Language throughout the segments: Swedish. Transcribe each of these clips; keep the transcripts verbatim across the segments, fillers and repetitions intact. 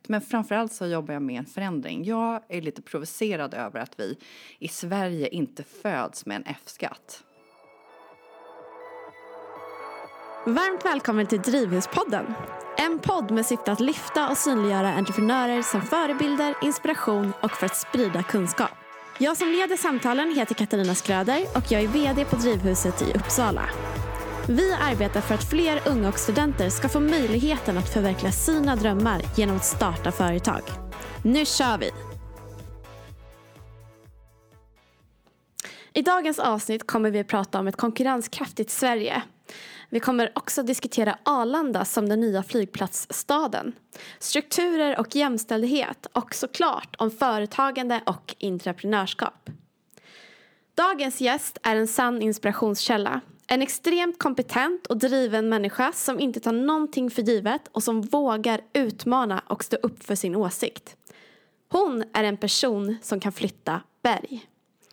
generellt. Men framförallt så jobbar jag med en förändring. Jag är lite provocerad över att vi i Sverige inte föds med en F-skatt. Varmt välkommen till Drivhuspodden. En podd med syfte att lyfta och synliggöra entreprenörer som förebilder, inspiration och för att sprida kunskap. Jag som leder samtalen heter Katarina Skröder och jag är vd på Drivhuset i Uppsala. Vi arbetar för att fler unga och studenter ska få möjligheten att förverkliga sina drömmar genom att starta företag. Nu kör vi! I dagens avsnitt kommer vi att prata om ett konkurrenskraftigt Sverige. Vi kommer också diskutera Arlanda som den nya flygplatsstaden, strukturer och jämställdhet och såklart om företagande och entreprenörskap. Dagens gäst är en sann inspirationskälla. En extremt kompetent och driven människa som inte tar någonting för givet och som vågar utmana och stå upp för sin åsikt. Hon är en person som kan flytta berg.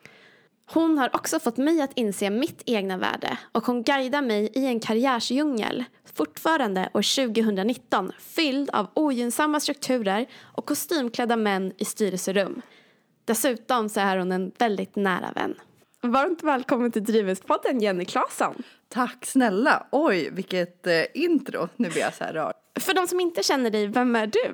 Hon har också fått mig att inse mitt egna värde och hon guidar mig i en karriärsdjungel fortfarande år tjugonitton fylld av ogynnsamma strukturer och kostymklädda män i styrelserum. Dessutom så är hon en väldigt nära vän. Varmt välkommen till Drivhuspodden, Jenny Claesson. Tack snälla. Oj, vilket eh, intro. Nu blir jag så här rar. För de som inte känner dig, vem är du?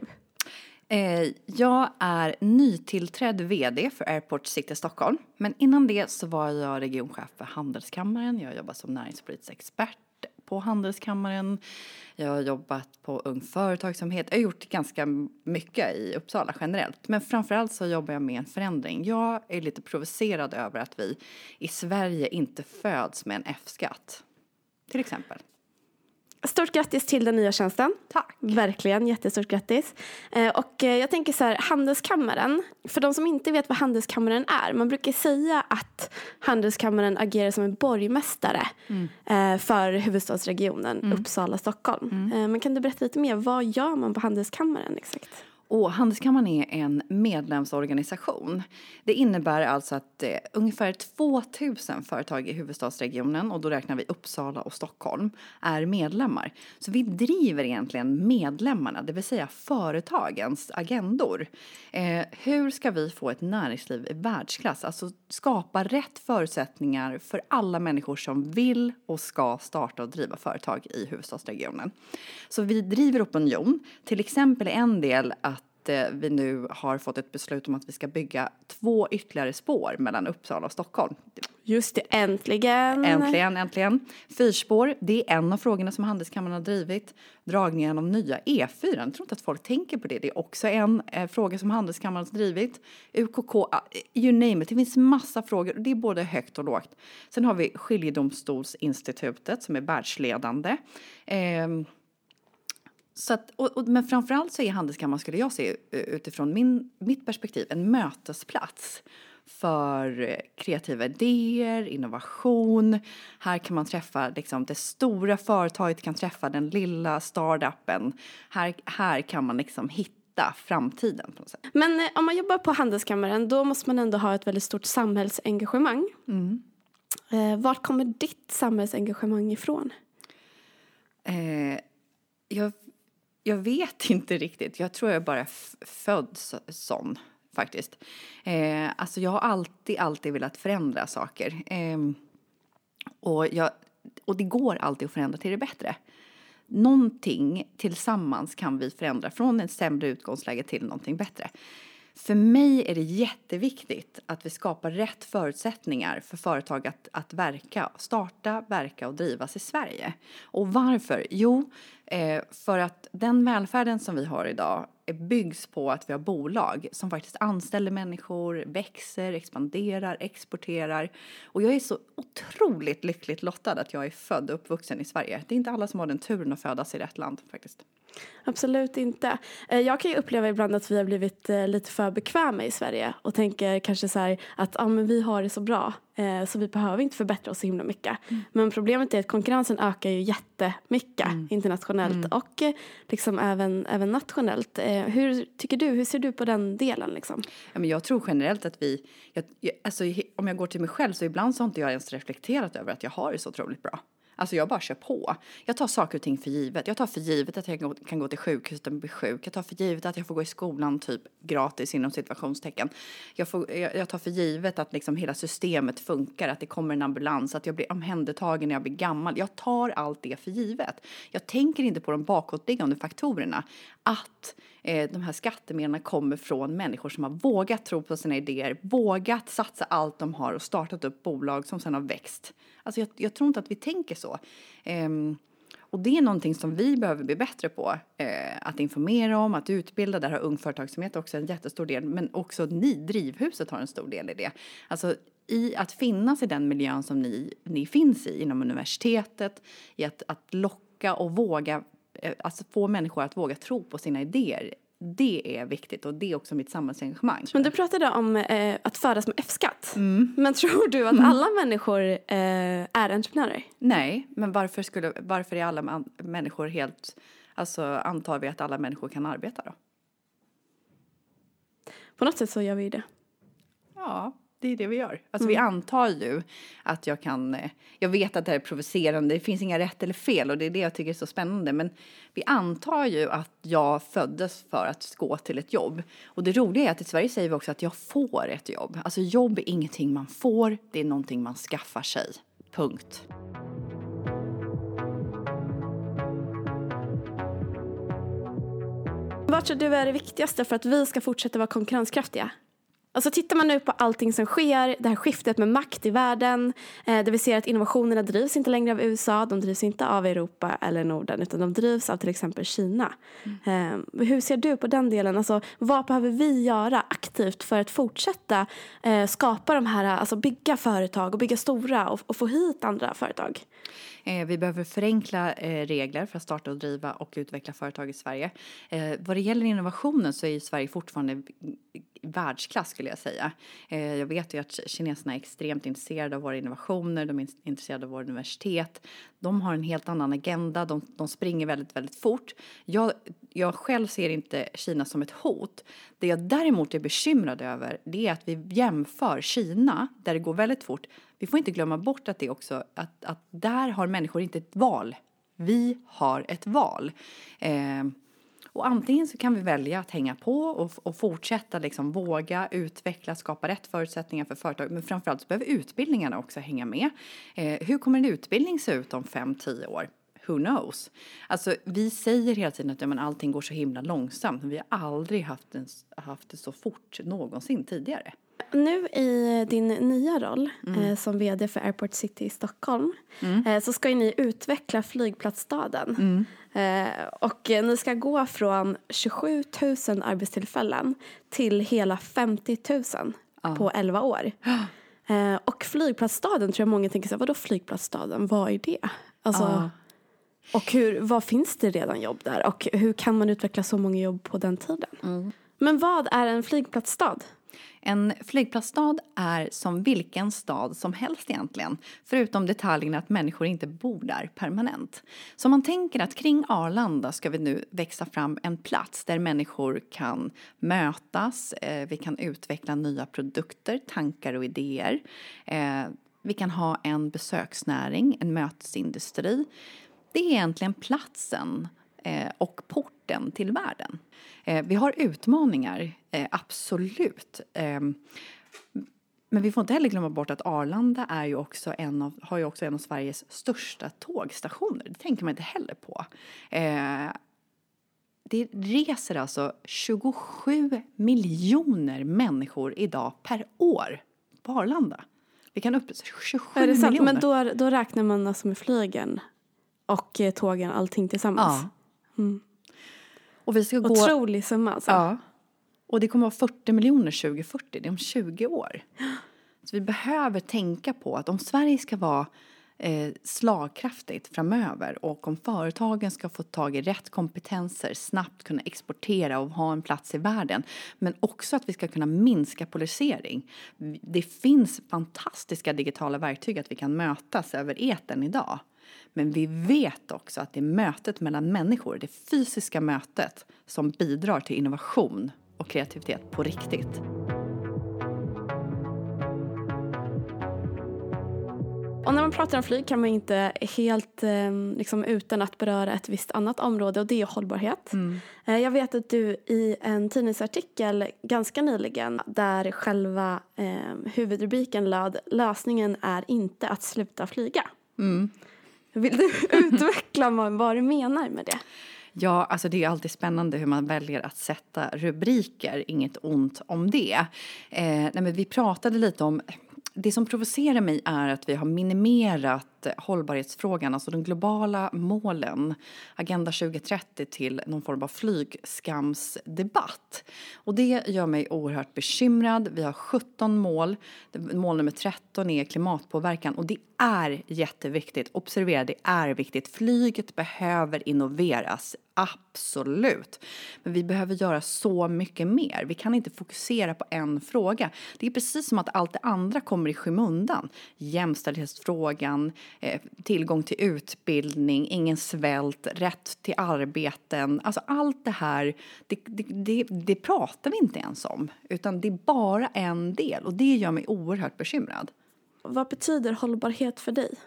Eh, jag är nytillträdd vd för Airport City Stockholm. Men innan det så var jag regionchef för Handelskammaren. Jag jobbar som näringspolitisk expert på Handelskammaren. Jag har jobbat på Ung Företagsamhet. Jag har gjort ganska mycket i Uppsala generellt. Men framförallt så jobbar jag med en förändring. Jag är lite provocerad över att vi i Sverige inte föds med en F-skatt. Till exempel. Stort grattis till den nya tjänsten. Tack. Verkligen, jättestort grattis. Eh, och eh, jag tänker så här, Handelskammaren. För de som inte vet vad Handelskammaren är. Man brukar säga att Handelskammaren agerar som en borgmästare mm. eh, för huvudstadsregionen mm. Uppsala-Stockholm. Mm. Eh, men kan du berätta lite mer, vad gör man på Handelskammaren exakt? Och Handelskammaren är en medlemsorganisation. Det innebär alltså att eh, ungefär tvåtusen företag i huvudstadsregionen, och då räknar vi Uppsala och Stockholm, är medlemmar. Så vi driver egentligen medlemmarna, det vill säga företagens agendor. Eh, hur ska vi få ett näringsliv i världsklass? Alltså skapa rätt förutsättningar för alla människor som vill och ska starta och driva företag i huvudstadsregionen. Så vi driver opinion, till exempel en del att vi nu har fått ett beslut om att vi ska bygga två ytterligare spår mellan Uppsala och Stockholm. Just det, äntligen. Äntligen, äntligen. Fyrspår, det är en av frågorna som Handelskammaren har drivit. Dragningen av nya E fyra, jag tror inte att folk tänker på det. Det är också en eh, fråga som Handelskammaren har drivit. U K K, you name it. Det finns massa frågor och det är både högt och lågt. Sen har vi Skiljedomstolsinstitutet som är världsledande. Eh, Så att, och, och, men framförallt så är Handelskammaren, skulle jag se utifrån min, mitt perspektiv, en mötesplats för kreativa idéer, innovation. Här kan man träffa liksom, det stora företaget, kan träffa den lilla startupen. Här, här kan man liksom hitta framtiden på något sätt. Men eh, om man jobbar på Handelskammaren, då måste man ändå ha ett väldigt stort samhällsengagemang. Mm. Eh, vart kommer ditt samhällsengagemang ifrån? Eh, jag... Jag vet inte riktigt. Jag tror jag bara är född sån faktiskt. Eh, alltså jag har alltid, alltid velat förändra saker. Eh, och, jag, och det går alltid att förändra till det bättre. Någonting tillsammans kan vi förändra från ett sämre utgångsläge till någonting bättre. För mig är det jätteviktigt att vi skapar rätt förutsättningar för företag att, att verka, starta, verka och drivas i Sverige. Och varför? Jo, eh, för att den välfärden som vi har idag byggs på att vi har bolag som faktiskt anställer människor, växer, expanderar, exporterar. Och jag är så otroligt lyckligt lottad att jag är född och uppvuxen i Sverige. Det är inte alla som har den turen att födas i rätt land faktiskt. Absolut inte. Jag kan ju uppleva ibland att vi har blivit lite för bekväma i Sverige och tänker kanske så här att ja, men vi har det så bra så vi behöver inte förbättra oss så himla mycket. Mm. Men problemet är att konkurrensen ökar ju jättemycket mm. internationellt mm. och liksom även, även nationellt. Hur tycker du, hur ser du på den delen liksom? Ja, men jag tror generellt att vi, jag, alltså, om jag går till mig själv så ibland så har inte jag ens reflekterat över att jag har det så otroligt bra. Alltså jag bara kör på. Jag tar saker och ting för givet. Jag tar för givet att jag kan gå till sjukhuset och bli sjuk. Jag tar för givet att jag får gå i skolan typ gratis inom situationstecken. Jag, får, jag, jag tar för givet att liksom hela systemet funkar. Att det kommer en ambulans. Att jag blir omhändertagen när jag blir gammal. Jag tar allt det för givet. Jag tänker inte på de bakåtliggande faktorerna. Att eh, de här skattemedlen kommer från människor som har vågat tro på sina idéer. Vågat satsa allt de har och startat upp bolag som sedan har växt. Alltså jag, jag tror inte att vi tänker så. Um, och det är någonting som vi behöver bli bättre på. Uh, att informera om, att utbilda. Där har Ung Företagsamhet också en jättestor del. Men också ni, Drivhuset, har en stor del i det. Alltså i att finnas i den miljön som ni, ni finns i inom universitetet. I att, att locka och våga, uh, alltså få människor att våga tro på sina idéer. Det är viktigt och det är också mitt samhällsengagemang. Men du pratade om eh, att födas med F-skatt. Mm. Men tror du att mm. alla människor eh, är entreprenörer? Nej, men varför, skulle, varför är alla man, människor helt... Alltså antar vi att alla människor kan arbeta då? På något sätt så gör vi det. Ja, det är det vi gör. Alltså Mm. vi antar ju att jag kan... Jag vet att det här är provocerande. Det finns inga rätt eller fel och det är det jag tycker är så spännande. Men vi antar ju att jag föddes för att gå till ett jobb. Och det roliga är att i Sverige säger vi också att jag får ett jobb. Alltså jobb är ingenting man får. Det är någonting man skaffar sig. Punkt. Vad tror du är det viktigaste för att vi ska fortsätta vara konkurrenskraftiga? Alltså tittar man nu på allting som sker, det här skiftet med makt i världen, eh, där vi ser att innovationerna drivs inte längre av U S A, de drivs inte av Europa eller Norden, utan de drivs av till exempel Kina. Mm. Eh, hur ser du på den delen? Alltså, vad behöver vi göra aktivt för att fortsätta eh, skapa de här, alltså bygga företag och bygga stora och, och få hit andra företag? Eh, vi behöver förenkla eh, regler för att starta och driva och utveckla företag i Sverige. Eh, vad det gäller innovationen så är Sverige fortfarande världsklass skulle jag säga. Eh, jag vet ju att kineserna är extremt intresserade av våra innovationer. De är intresserade av våra universitet. De har en helt annan agenda. De, de springer väldigt, väldigt fort. Jag, jag själv ser inte Kina som ett hot. Det jag däremot är bekymrad över det är att vi jämför Kina där det går väldigt fort. Vi får inte glömma bort att det också att, att där har människor inte ett val. Vi har ett val. Eh, och antingen så kan vi välja att hänga på och, och fortsätta liksom våga utveckla, skapa rätt förutsättningar för företag. Men framförallt så behöver utbildningarna också hänga med. Eh, hur kommer en utbildning se ut om fem, tio år? Who knows? Alltså vi säger hela tiden att ja, men allting går så himla långsamt. Men vi har aldrig haft, en, haft det så fort någonsin tidigare. Nu i din nya roll mm. eh, som vd för Airport City i Stockholm mm. eh, så ska ju ni utveckla flygplatsstaden. Mm. Eh, och eh, ni ska gå från tjugosju tusen arbetstillfällen till hela femtio tusen ah. på elva år. Eh, och flygplatsstaden tror jag många tänker så här, vadå flygplatsstaden? Vad är det? Alltså, ah. Och hur, vad finns det redan jobb där? Och hur kan man utveckla så många jobb på den tiden? Mm. Men vad är en flygplatsstad? En flygplatsstad är som vilken stad som helst egentligen. Förutom detaljen att människor inte bor där permanent. Så man tänker att kring Arlanda ska vi nu växa fram en plats där människor kan mötas. Eh, vi kan utveckla nya produkter, tankar och idéer. Eh, vi kan ha en besöksnäring, en mötesindustri. Det är egentligen platsen eh, och porten till världen. Eh, vi har utmaningar, eh, absolut. Eh, men vi får inte heller glömma bort att Arlanda är ju också en av, har ju också en av Sveriges största tågstationer. Det tänker man inte heller på. Eh, det reser alltså tjugosju miljoner människor idag per år på Arlanda. Vi kan upp tjugosju är det sant? miljoner. Men då, då räknar man alltså med flygen och tågen, allting tillsammans. Ja. Mm. Och vi ska gå... Otrolig summa alltså. Ja. Och det kommer att vara fyrtio miljoner tjugo fyrtio. Det är om tjugo år. Så vi behöver tänka på att om Sverige ska vara eh, slagkraftigt framöver och om företagen ska få tag i rätt kompetenser, snabbt kunna exportera och ha en plats i världen. Men också att vi ska kunna minska polarisering. Det finns fantastiska digitala verktyg att vi kan mötas över etern idag. Men vi vet också att det är mötet mellan människor, det fysiska mötet, som bidrar till innovation och kreativitet på riktigt. Och när man pratar om flyg kan man inte helt eh, liksom, utan att beröra ett visst annat område, och det är hållbarhet. Mm. Eh, jag vet att du i en tidningsartikel ganska nyligen, där själva eh, huvudrubriken löd lösningen är inte att sluta flyga. Mm. Vill du utveckla vad du menar med det? Ja, alltså det är alltid spännande hur man väljer att sätta rubriker. Inget ont om det. Eh, nej men vi pratade lite om... Det som provocerar mig är att vi har minimerat hållbarhetsfrågan, alltså de globala målen, Agenda tjugo trettio, till någon form av flygskamsdebatt. Och det gör mig oerhört bekymrad. Vi har sjutton mål. Mål nummer tretton är klimatpåverkan, och det är jätteviktigt. Observera, det är viktigt. Flyget behöver innoveras, absolut. Men vi behöver göra så mycket mer. Vi kan inte fokusera på en fråga. Det är precis som att allt det andra kommer i skymundan. Jämställdhetsfrågan, eh, tillgång till utbildning, ingen svält, rätt till arbeten. Alltså allt det här, det, det, det, det pratar vi inte ens om. Utan det är bara en del, och det gör mig oerhört bekymrad. Vad betyder hållbarhet för dig?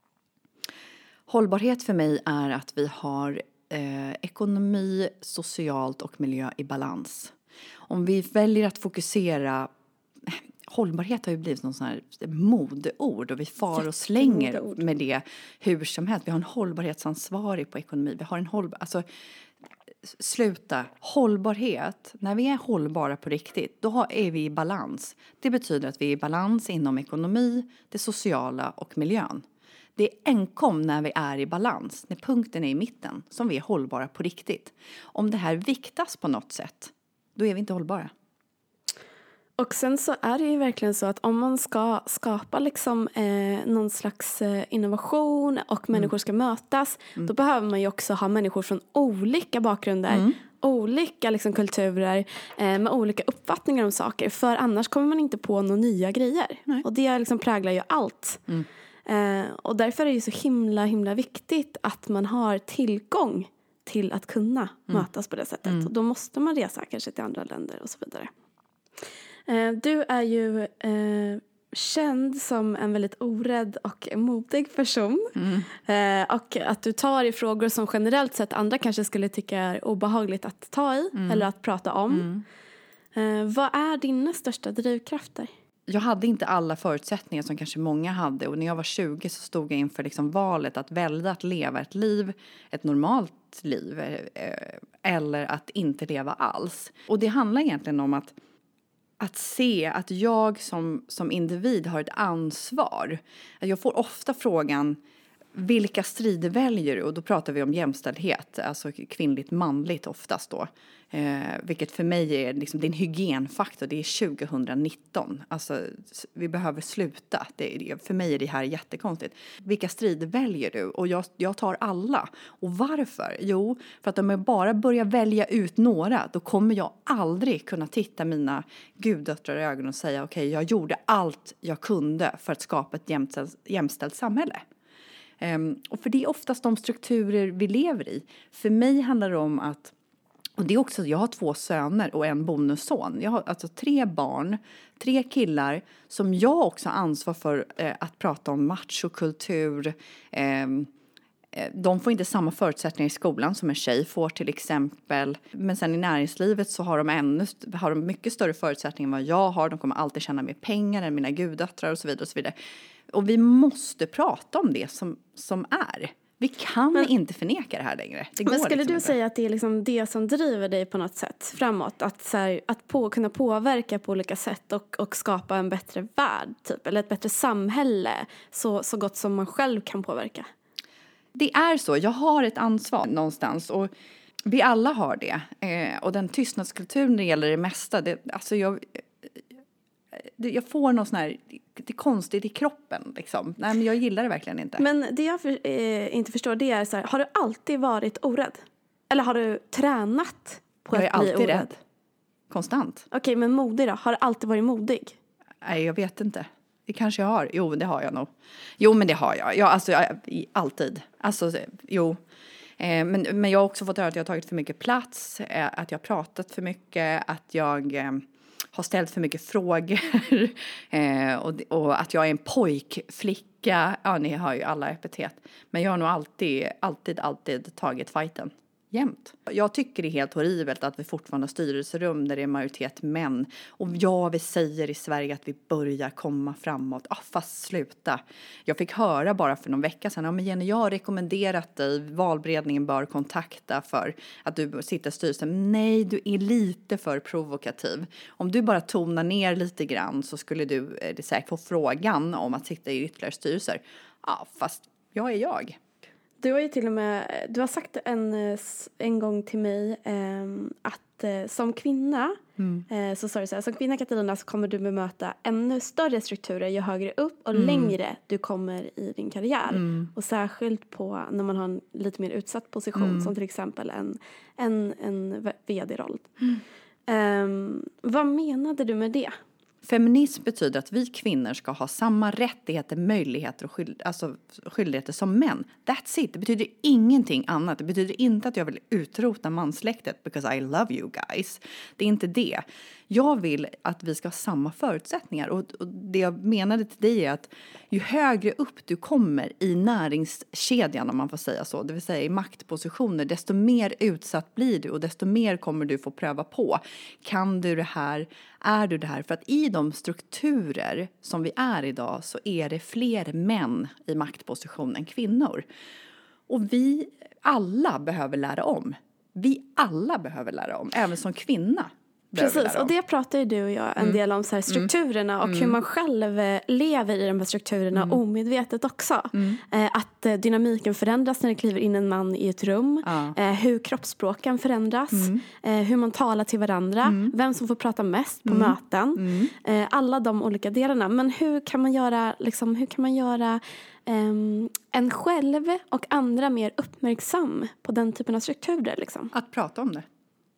Hållbarhet för mig är att vi har eh, ekonomi, socialt och miljö i balans. Om vi väljer att fokusera... Hållbarhet har ju blivit någon sån här modeord, och vi far och slänger med det hur som helst. Vi har en hållbarhetsansvarig på ekonomi. Vi har en hållbar... Alltså, sluta. Hållbarhet, när vi är hållbara på riktigt, då är vi i balans. Det betyder att vi är i balans inom ekonomi, det sociala och miljön. Det är enkom när vi är i balans, när punkten är i mitten, som vi är hållbara på riktigt. Om det här viktas på något sätt, då är vi inte hållbara. Och sen så är det ju verkligen så att om man ska skapa liksom eh, någon slags eh, innovation och människor ska mötas, mm. då behöver man ju också ha människor från olika bakgrunder, mm. olika liksom kulturer, eh, med olika uppfattningar om saker. För annars kommer man inte på några nya grejer. Nej. Och det liksom präglar ju allt. Mm. Eh, och därför är det ju så himla, himla viktigt att man har tillgång till att kunna mm. mötas på det sättet. Mm. Och då måste man resa kanske till andra länder och så vidare. Du är ju eh, känd som en väldigt orädd och modig person. Mm. Eh, och att du tar i frågor som generellt sett andra kanske skulle tycka är obehagligt att ta i. Mm. Eller att prata om. Mm. Eh, vad är dina största drivkrafter? Jag hade inte alla förutsättningar som kanske många hade. Och när jag var tjugo så stod jag inför liksom valet att välja att leva ett liv, ett normalt liv. Eh, eller att inte leva alls. Och det handlar egentligen om att Att se att jag som, som individ har ett ansvar. Jag får ofta frågan, vilka strider väljer du? Och då pratar vi om jämställdhet, alltså kvinnligt manligt oftast då. Eh, vilket för mig är, liksom, det är en hygienfaktor, det är tjugonitton. Alltså vi behöver sluta, det, för mig är det här jättekonstigt. Vilka strider väljer du? Och jag, jag tar alla. Och varför? Jo, för att om jag bara börjar välja ut några, då kommer jag aldrig kunna titta mina gudöttrar i ögonen och säga okej, okay, jag gjorde allt jag kunde för att skapa ett jämställt, jämställt samhälle. Um, och för det är oftast de strukturer vi lever i. För mig handlar det om att, och det är också, jag har två söner och en bonusson. Jag har alltså tre barn, tre killar som jag också har ansvar för eh, att prata om machokultur. Eh, de får inte samma förutsättningar i skolan som en tjej får till exempel. Men sen i näringslivet så har de, ännu, har de mycket större förutsättningar än vad jag har. De kommer alltid tjäna mer pengar än mina gudöttrar och så vidare och så vidare. Och vi måste prata om det som, som är. Vi kan men, inte förneka det här längre. Det går men skulle liksom du inte. säga att det är liksom det som driver dig på något sätt framåt? Att, så här, att på, kunna påverka på olika sätt och, och skapa en bättre värld typ, eller ett bättre samhälle så, så gott som man själv kan påverka? Det är så. Jag har ett ansvar någonstans och vi alla har det. Eh, och den tystnadskulturen när det gäller det mesta. Det, alltså jag... Jag får något sån här, det är konstigt i kroppen liksom. Nej, men jag gillar det verkligen inte. Men det jag för, eh, inte förstår det är så här, har du alltid varit orädd? Eller har du tränat på jag att bli orädd? Jag är alltid rädd. Konstant. Okej, okay, men modig då? Har du alltid varit modig? Nej, jag vet inte. Det kanske jag har. Jo, det har jag nog. Jo, men det har jag. Ja, alltså, jag, alltid. Alltså, jo. Eh, men, men jag har också fått höra att jag har tagit för mycket plats. Eh, att jag har pratat för mycket. Att jag... Eh, har ställt för mycket frågor eh, och, och att jag är en pojkflicka. Ja, ni har ju alla epitet. Men jag har nog alltid, alltid, alltid tagit fighten. Jämt. Jag tycker det är helt horribelt att vi fortfarande har styrelserum där det är majoritet män. Och ja, vi säger i Sverige att vi börjar komma framåt. Ah, fast sluta. Jag fick höra bara för någon vecka sedan. Ja, men Jenny, jag har rekommenderat dig. Valberedningen bör kontakta för att du sitter i styrelsen. Nej, du är lite för provokativ. Om du bara tonar ner lite grann så skulle du eh, det säkert få frågan om att sitta i ytterligare styrelser. Ja, ah, fast jag är jag. Du har ju till och med, du har sagt en, en gång till mig eh, att eh, som kvinna, mm. eh, så sa du så här, som kvinna Katarina så kommer du bemöta ännu större strukturer ju högre upp och mm. längre du kommer i din karriär. Mm. Och särskilt på när man har en lite mer utsatt position mm. som till exempel en, en, en vd-roll. Mm. Eh, vad menade du med det? Feminism betyder att vi kvinnor ska ha samma rättigheter, möjligheter och skyld, alltså skyldigheter som män. That's it. Det betyder ingenting annat. Det betyder inte att jag vill utrota manssläktet because I love you guys. Det är inte det. Jag vill att vi ska ha samma förutsättningar. Och, och det jag menade till dig är att ju högre upp du kommer i näringskedjan, om man får säga så, det vill säga i maktpositioner, desto mer utsatt blir du och desto mer kommer du få pröva på. Kan du det här? Är du det här? För att i de strukturer som vi är idag så är det fler män i maktposition än kvinnor. Och vi alla behöver lära om. Vi alla behöver lära om, även som kvinna. Precis, och det pratar ju du och jag en del om så här strukturerna mm. och hur man själv lever i de här strukturerna mm. omedvetet också. Mm. Eh, att eh, dynamiken förändras när det kliver in en man i ett rum. Ja. Eh, hur kroppsspråken förändras. Mm. Eh, hur man talar till varandra. Mm. Vem som får prata mest på mm. möten. Mm. Eh, alla de olika delarna. Men hur kan man göra, liksom, hur kan man göra Um, en själv och andra mer uppmärksam på den typen av strukturer liksom? Att prata om det.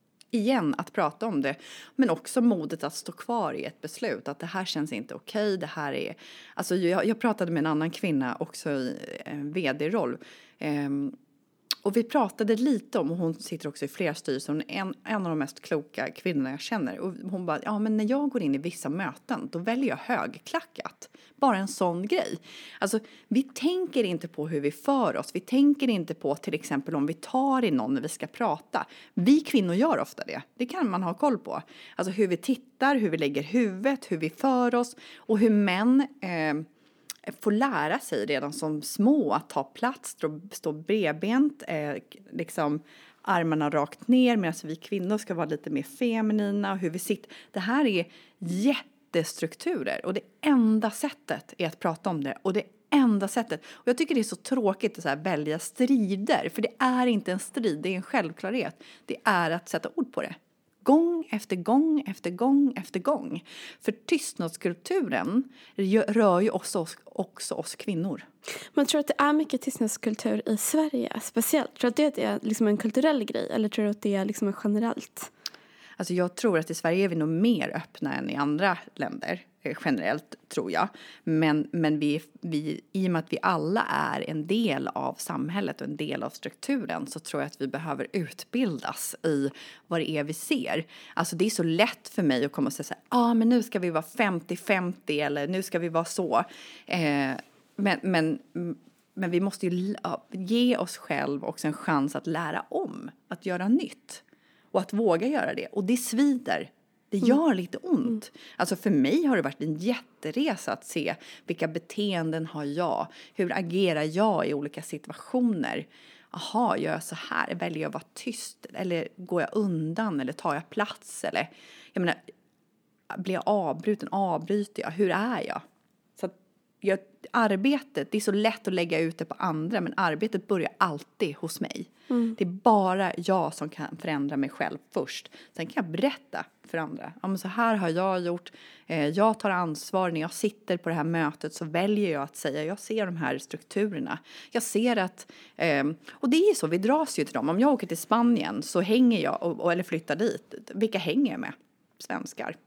Igen, att prata om det. Men också modet att stå kvar i ett beslut. Att det här känns inte okej. Det här är... Alltså jag, jag pratade med en annan kvinna också i en vd-roll. Um, och vi pratade lite om, och hon sitter också i flera styrelser. Hon är en, en av de mest kloka kvinnorna jag känner. Och hon bara, ja men när jag går in i vissa möten, då väljer jag högklackat. Bara en sån grej. Alltså vi tänker inte på hur vi för oss. Vi tänker inte på till exempel om vi tar i någon när vi ska prata. Vi kvinnor gör ofta det. Det kan man ha koll på. Alltså hur vi tittar, hur vi lägger huvudet, hur vi för oss. Och hur män... Eh, får lära sig redan som små att ta plats, stå, stå bredbent, eh, liksom armarna rakt ner, medan vi kvinnor ska vara lite mer feminina och hur vi sitter. Det här är jättestrukturer och det enda sättet är att prata om det och det enda sättet. Och jag tycker det är så tråkigt att så här välja strider, för det är inte en strid, det är en självklarhet. Det är att sätta ord på det. Gång efter gång efter gång efter gång. För tystnadskulturen rör ju också, också oss kvinnor. Men tror du att det är mycket tystnadskultur i Sverige speciellt? Tror du att det är liksom en kulturell grej eller tror du att det är liksom generellt? Alltså jag tror att i Sverige är vi nog mer öppna än i andra länder. Generellt tror jag. Men, men vi, vi, i och med att vi alla är en del av samhället och en del av strukturen så tror jag att vi behöver utbildas i vad det är vi ser. Alltså det är så lätt för mig att komma och säga så här, ah, men nu ska vi vara femtio femtio eller nu ska vi vara så. Eh, men, men, men vi måste ju ge oss själv också en chans att lära om, att göra nytt och att våga göra det. Och det svider. Det gör lite ont. Mm. Alltså för mig har det varit en jätteresa att se vilka beteenden har jag. Hur agerar jag i olika situationer? Jaha, gör jag så här? Väljer jag att vara tyst? Eller går jag undan? Eller tar jag plats? Eller, jag menar, blir jag avbruten? Avbryter jag? Hur är jag? Så att jag, arbetet, det är så lätt att lägga ut det på andra. Men arbetet börjar alltid hos mig. Mm. Det är bara jag som kan förändra mig själv först. Sen kan jag berätta för andra. Ja, men så här har jag gjort. Eh, jag tar ansvar. När jag sitter på det här mötet så väljer jag att säga. Jag ser de här strukturerna. Jag ser att... Eh, och det är så, vi dras ju till dem. Om jag åker till Spanien så hänger jag. Och, och, eller flyttar dit. Vilka hänger jag med? Svenskar.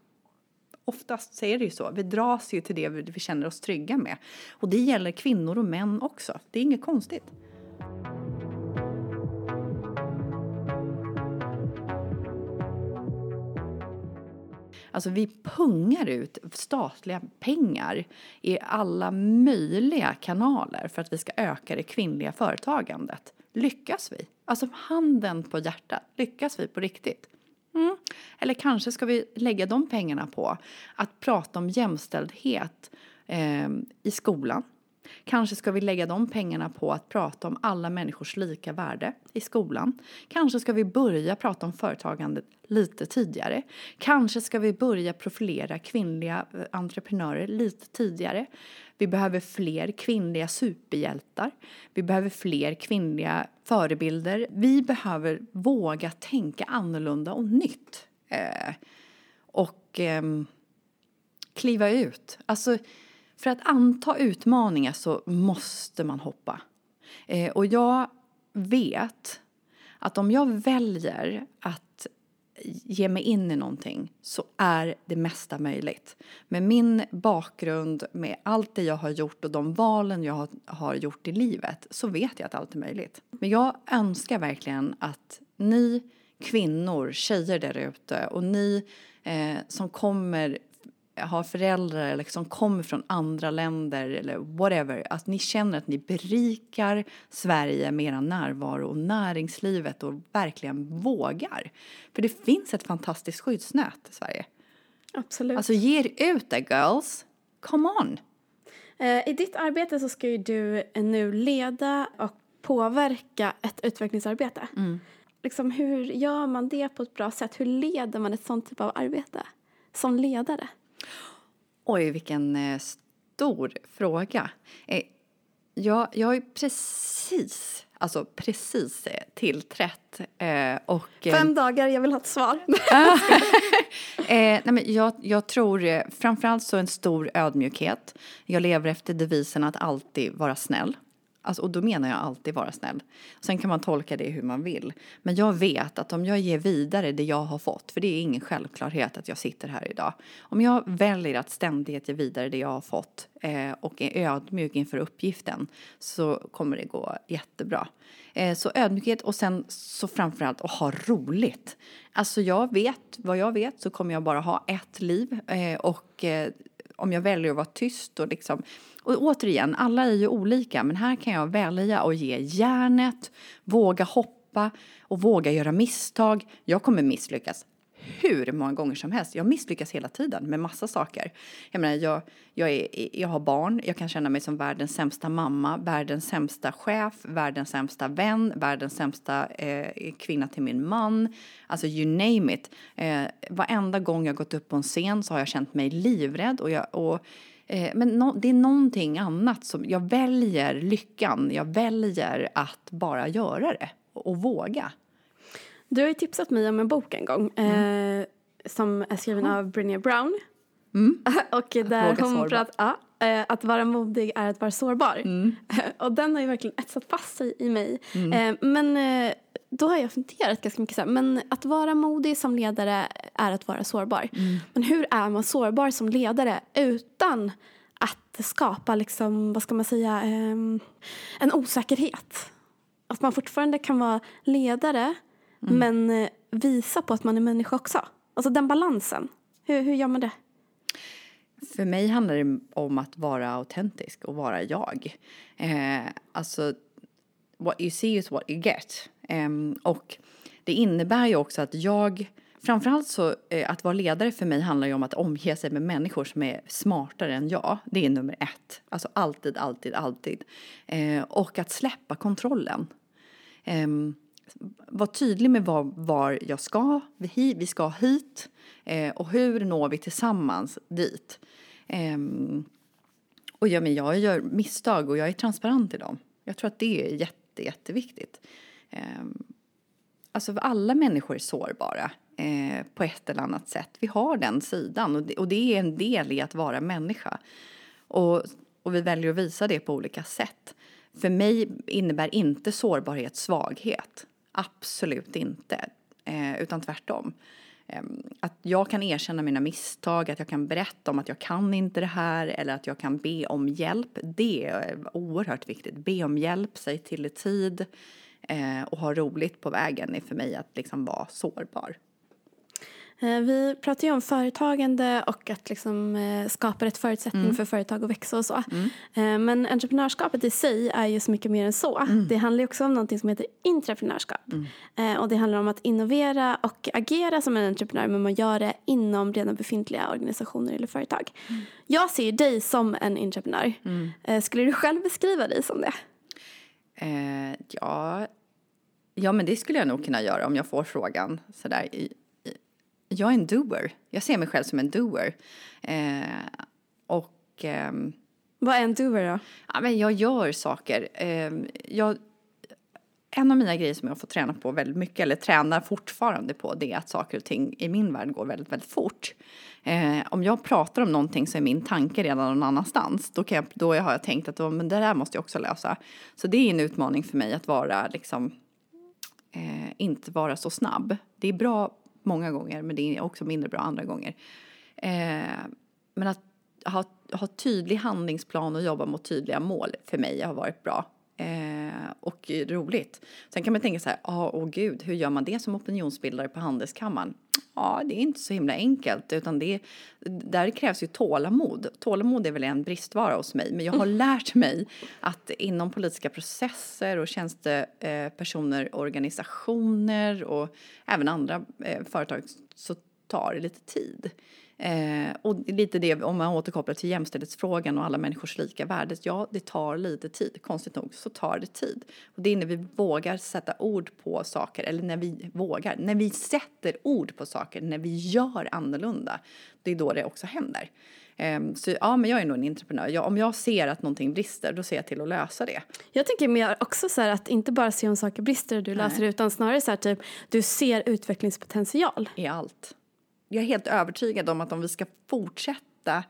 Oftast så är det ju så. Vi dras ju till det vi, vi känner oss trygga med. Och det gäller kvinnor och män också. Det är inget konstigt. Alltså vi pungar ut statliga pengar i alla möjliga kanaler för att vi ska öka det kvinnliga företagandet. Lyckas vi? Alltså handen på hjärtat, lyckas vi på riktigt? Mm. Eller kanske ska vi lägga de pengarna på att prata om jämställdhet eh, i skolan. Kanske ska vi lägga de pengarna på att prata om alla människors lika värde i skolan. Kanske ska vi börja prata om företagandet lite tidigare. Kanske ska vi börja profilera kvinnliga entreprenörer lite tidigare. Vi behöver fler kvinnliga superhjältar. Vi behöver fler kvinnliga förebilder. Vi behöver våga tänka annorlunda och nytt. Eh, och eh, kliva ut. Alltså... För att anta utmaningar så måste man hoppa. Eh, och jag vet att om jag väljer att ge mig in i någonting så är det mesta möjligt. Med min bakgrund, med allt det jag har gjort och de valen jag har, har gjort i livet så vet jag att allt är möjligt. Men jag önskar verkligen att ni kvinnor, tjejer där ute och ni eh, som kommer... har föräldrar eller som kommer från andra länder eller whatever, att ni känner att ni berikar Sverige med er närvaro och näringslivet och verkligen vågar. För det finns ett fantastiskt skyddsnät i Sverige. Absolut. Alltså ge er ut där, girls. Come on! I ditt arbete så ska ju du nu leda och påverka ett utvecklingsarbete. Mm. Liksom, hur gör man det på ett bra sätt? Hur leder man ett sånt typ av arbete som ledare? Oj, vilken eh, stor fråga. Eh, jag, jag är precis, alltså precis eh, tillträtt. Eh, och, eh, Fem dagar, jag vill ha ett svar. eh, nej men jag, jag tror eh, framförallt så en stor ödmjukhet. Jag lever efter devisen att alltid vara snäll. Alltså, och då menar jag alltid vara snäll. Sen kan man tolka det hur man vill. Men jag vet att om jag ger vidare det jag har fått. För det är ingen självklarhet att jag sitter här idag. Om jag väljer att ständigt ge vidare det jag har fått. Eh, och är ödmjuk inför uppgiften. Så kommer det gå jättebra. Eh, så ödmjukhet och sen så framförallt att ha roligt. Alltså jag vet, vad jag vet så kommer jag bara ha ett liv. Eh, och... Eh, om jag väljer att vara tyst och liksom... Och återigen, alla är ju olika. Men här kan jag välja att ge järnet, våga hoppa och våga göra misstag. Jag kommer misslyckas hur många gånger som helst. Jag misslyckas hela tiden med massa saker. Jag menar, jag, jag, är, jag har barn. Jag kan känna mig som världens sämsta mamma, världens sämsta chef, världens sämsta vän, världens sämsta eh, kvinna till min man. Alltså you name it. Eh, varenda gång jag gått upp på en scen så har jag känt mig livrädd. Och jag, och, eh, men no, det är någonting annat som jag väljer lyckan. Jag väljer att bara göra det och, och våga. Du har ju tipsat mig om en bok en gång mm. eh, som är skriven mm. av Brené Brown. Mm. Och där Våga hon pratar ja, eh, att vara modig är att vara sårbar. Mm. Och den har ju verkligen etsat fast sig i mig. Mm. Eh, men eh, då har jag funderat ganska mycket så här, men att vara modig som ledare är att vara sårbar. Mm. Men hur är man sårbar som ledare utan att skapa liksom, vad ska man säga, eh, en osäkerhet? Att man fortfarande kan vara ledare Mm. men visa på att man är människa också. Alltså den balansen. Hur, hur gör man det? För mig handlar det om att vara autentisk och vara jag. Eh, alltså, what you see is what you get. Eh, och det innebär ju också att jag... Framförallt så eh, att vara ledare för mig handlar ju om att omge sig med människor som är smartare än jag. Det är nummer ett. Alltså alltid, alltid, alltid. Eh, och att släppa kontrollen. Eh, Var tydlig med var, var jag ska. Vi, vi ska hit. Eh, och hur når vi tillsammans dit. Eh, och ja, men jag gör misstag och jag är transparent i dem. Jag tror att det är jätte, jätteviktigt. Eh, alltså alla människor är sårbara. Eh, på ett eller annat sätt. Vi har den sidan. Och det, och det är en del i att vara människa. Och, och vi väljer att visa det på olika sätt. För mig innebär inte sårbarhet svaghet. Absolut inte, eh, utan tvärtom. Eh, att jag kan erkänna mina misstag, att jag kan berätta om att jag kan inte det här eller att jag kan be om hjälp. Det är oerhört viktigt. Be om hjälp, säg till i tid eh, och ha roligt på vägen är för mig att liksom vara sårbar. Vi pratar ju om företagande och att liksom skapa rätt förutsättning mm. för företag att växa och så. Mm. Men entreprenörskapet i sig är ju så mycket mer än så. Mm. Det handlar ju också om något som heter intraprenörskap. Mm. Och det handlar om att innovera och agera som en entreprenör, men man gör det inom redan befintliga organisationer eller företag. Mm. Jag ser dig som en intraprenör. Mm. Skulle du själv beskriva dig som det? Eh, ja... ja, men det skulle jag nog kunna göra om jag får frågan sådär. Jag är en doer. Jag ser mig själv som en doer. Eh, och... Eh, Vad är en doer då? Ja, men jag gör saker. Eh, jag, en av mina grejer som jag får träna på väldigt mycket, eller tränar fortfarande på, det är att saker och ting i min värld går väldigt, väldigt fort. Eh, om jag pratar om någonting så är min tanke redan någon annanstans. Då, kan jag, då har jag tänkt att men det där måste jag också lösa. Så det är en utmaning för mig att vara liksom... Eh, inte vara så snabb. Det är bra många gånger, men det är också mindre bra andra gånger. Eh, men att ha, ha tydlig handlingsplan och jobba mot tydliga mål för mig har varit bra. Eh, och roligt. Sen kan man tänka så här, ja, åh gud, hur gör man det som opinionsbildare på Handelskammaren? Ja, det är inte så himla enkelt, utan det, där krävs ju tålamod. Tålamod är väl en bristvara hos mig, men jag har lärt mig att inom politiska processer och tjänstepersoner, organisationer och även andra eh, företag så tar det lite tid. Eh, och lite det, om man återkopplar till jämställdhetsfrågan och alla människors lika värdet, ja, det tar lite tid, konstigt nog så tar det tid. Och det är när vi vågar sätta ord på saker, eller när vi vågar, när vi sätter ord på saker, när vi gör annorlunda, det är då det också händer. Eh, så ja, men jag är nog en entreprenör. Jag, om jag ser att någonting brister, då ser jag till att lösa det. Jag tänker mer också så här att inte bara se om saker brister och du Nej. löser det, utan snarare så här typ, du ser utvecklingspotential. I allt. Jag är helt övertygad om att om vi ska fortsätta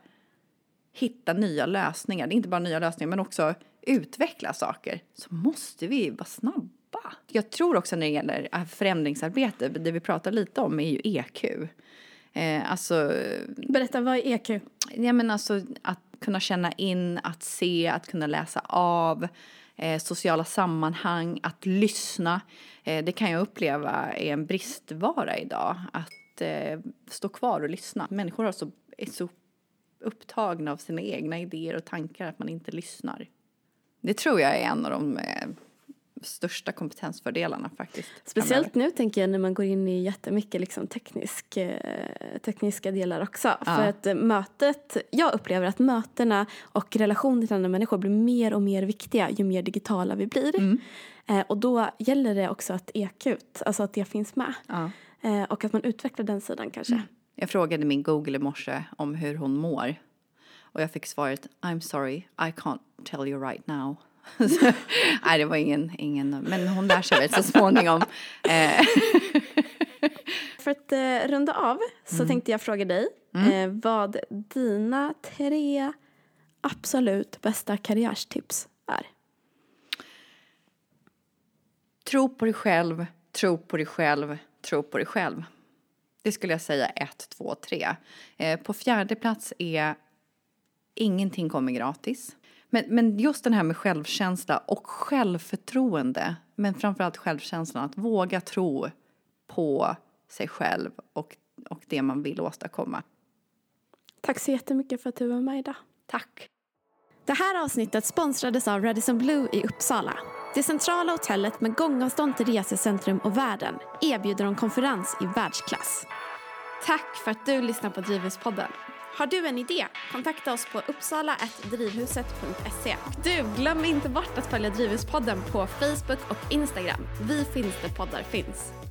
hitta nya lösningar, det är inte bara nya lösningar men också utveckla saker, så måste vi vara snabba. Jag tror också när det gäller förändringsarbete, det vi pratar lite om är ju E Q. Eh, alltså, Berätta, vad är E Q? Ja, men alltså att kunna känna in, att se, att kunna läsa av, eh, sociala sammanhang, att lyssna. Eh, det kan jag uppleva är en bristvara idag, att stå kvar och lyssna. Människor har så, är så upptagna av sina egna idéer och tankar att man inte lyssnar. Det tror jag är en av de eh, största kompetensfördelarna faktiskt. Speciellt nu tänker jag när man går in i jättemycket liksom teknisk, eh, tekniska delar också. Ja. För att eh, mötet, jag upplever att mötena och relationer till andra människor blir mer och mer viktiga ju mer digitala vi blir. Mm. Eh, och då gäller det också att E Q, alltså att det finns med. Ja. Eh, och att man utvecklar den sidan kanske. Mm. Jag frågade min Google i morse om hur hon mår. Och jag fick svaret, I'm sorry, I can't tell you right now. Nej, det var ingen, ingen, men hon lär sig väl så småningom. Eh. För att eh, runda av så mm. tänkte jag fråga dig mm. eh, vad dina tre absolut bästa karriärstips är. Tro på dig själv, tro på dig själv, tro på dig själv. Det skulle jag säga ett, två, tre. Eh, på fjärde plats är ingenting kommer gratis. Men, men just den här med självkänsla och självförtroende. Men framförallt självkänslan. Att våga tro på sig själv och, och det man vill åstadkomma. Tack så jättemycket för att du var med idag. Tack. Det här avsnittet sponsrades av Radisson Blu i Uppsala. Det centrala hotellet med gångavstånd till resecentrum och världen erbjuder en konferens i världsklass. Tack för att du lyssnar på Drivhuspodden. Har du en idé? Kontakta oss på uppsala at drivhuset punkt se. Du, glöm inte bort att följa Drivhuspodden på Facebook och Instagram. Vi finns där poddar finns.